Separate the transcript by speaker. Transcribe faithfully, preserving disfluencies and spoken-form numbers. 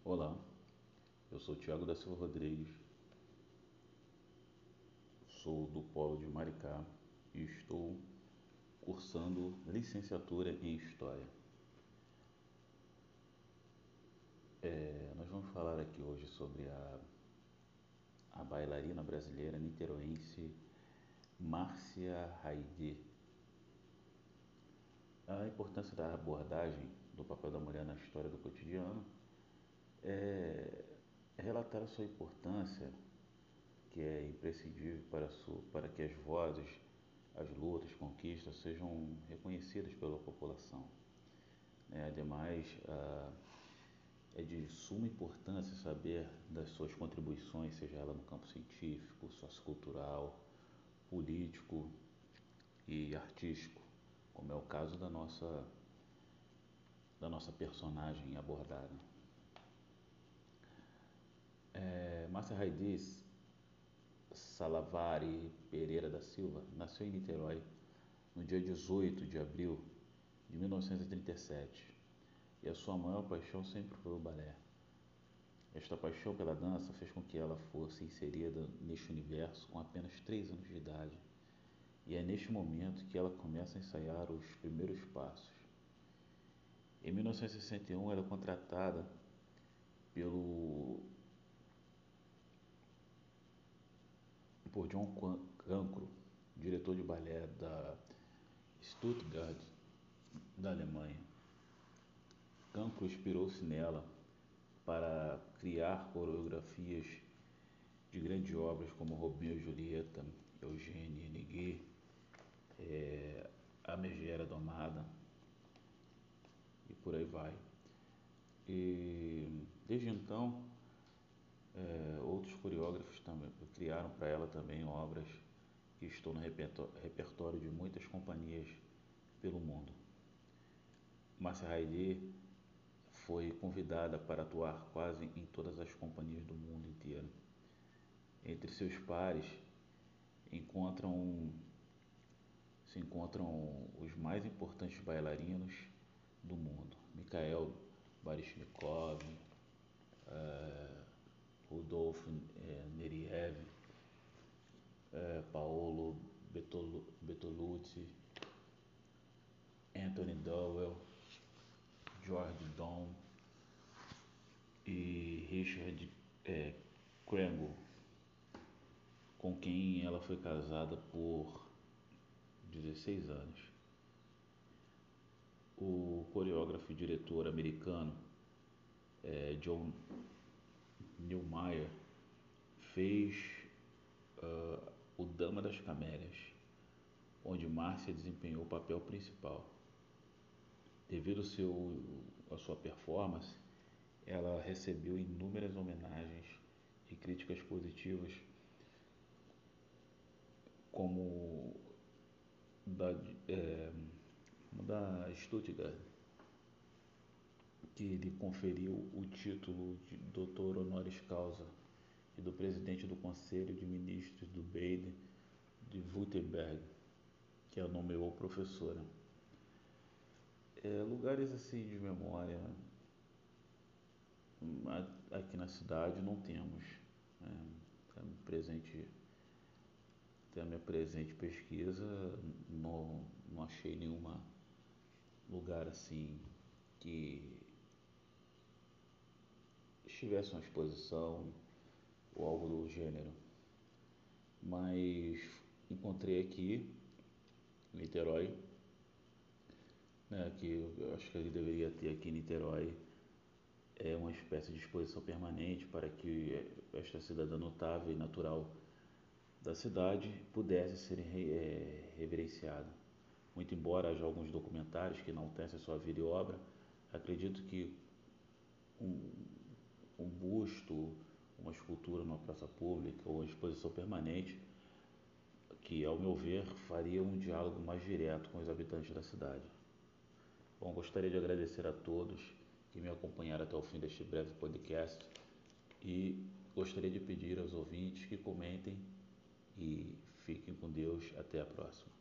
Speaker 1: Olá, eu sou Tiago da Silva Rodrigues, sou do Polo de Maricá e estou cursando licenciatura em História. É, nós vamos falar aqui hoje sobre a, a bailarina brasileira niteroense Márcia Haydê. A importância da abordagem do papel da mulher na história do cotidiano é relatar a sua importância, que é imprescindível para, sua, para que as vozes, as lutas, conquistas sejam reconhecidas pela população. É, ademais, ah, é de suma importância saber das suas contribuições, seja ela no campo científico, sociocultural, político e artístico, como é o caso da nossa, da nossa personagem abordada. É, Márcia Haydê Salavari Pereira da Silva nasceu em Niterói no dia dezoito de abril de mil novecentos e trinta e sete, e a sua maior paixão sempre foi o balé. Esta paixão pela dança fez com que ela fosse inserida neste universo com apenas três anos de idade, e é neste momento que ela começa a ensaiar os primeiros passos. Em mil novecentos e sessenta e um, ela é contratada pelo por John Cancro, diretor de balé da Stuttgart, da Alemanha. Cancro inspirou-se nela para criar coreografias de grandes obras como Romeu e Julieta, Eugênie Onegin, é, A Megera Domada e por aí vai. E desde então, é, outros coreógrafos também criaram para ela também obras que estão no repertório de muitas companhias pelo mundo. Márcia Haydê foi convidada para atuar quase em todas as companhias do mundo inteiro. Entre seus pares encontram, se encontram os mais importantes bailarinos do mundo: Mikhail Baryshnikov, uh, Rudolf uh, Nureyev, uh, Paolo Bertolucci, Anthony Dowell, George Dohm e Richard é, Krengle, com quem ela foi casada por dezesseis anos. O coreógrafo e diretor americano é, John Neumeier fez uh, o Dama das Camélias, onde Márcia desempenhou o papel principal. Devido ao seu, à sua performance, ela recebeu inúmeras homenagens e críticas positivas, como da, é, da Stuttgart, que lhe conferiu o título de doutor honoris causa, e do presidente do Conselho de Ministros do Baden de Württemberg, que a nomeou professora. É, lugares assim de memória aqui na cidade não temos. Né? Tá presente, até a minha presente pesquisa, não, não achei nenhuma lugar assim que estivesse uma exposição ou algo do gênero. Mas encontrei aqui em Niterói, né, que eu acho que ele deveria ter aqui em Niterói, é uma espécie de exposição permanente para que esta cidadã notável e natural da cidade pudesse ser é, reverenciada. Muito embora haja alguns documentários que enaltecem a sua vida e obra, acredito que um, um busto, uma escultura numa praça pública ou uma exposição permanente, que ao meu ver faria um diálogo mais direto com os habitantes da cidade. Bom, gostaria de agradecer a todos que me acompanharam até o fim deste breve podcast e gostaria de pedir aos ouvintes que comentem e fiquem com Deus. Até a próxima.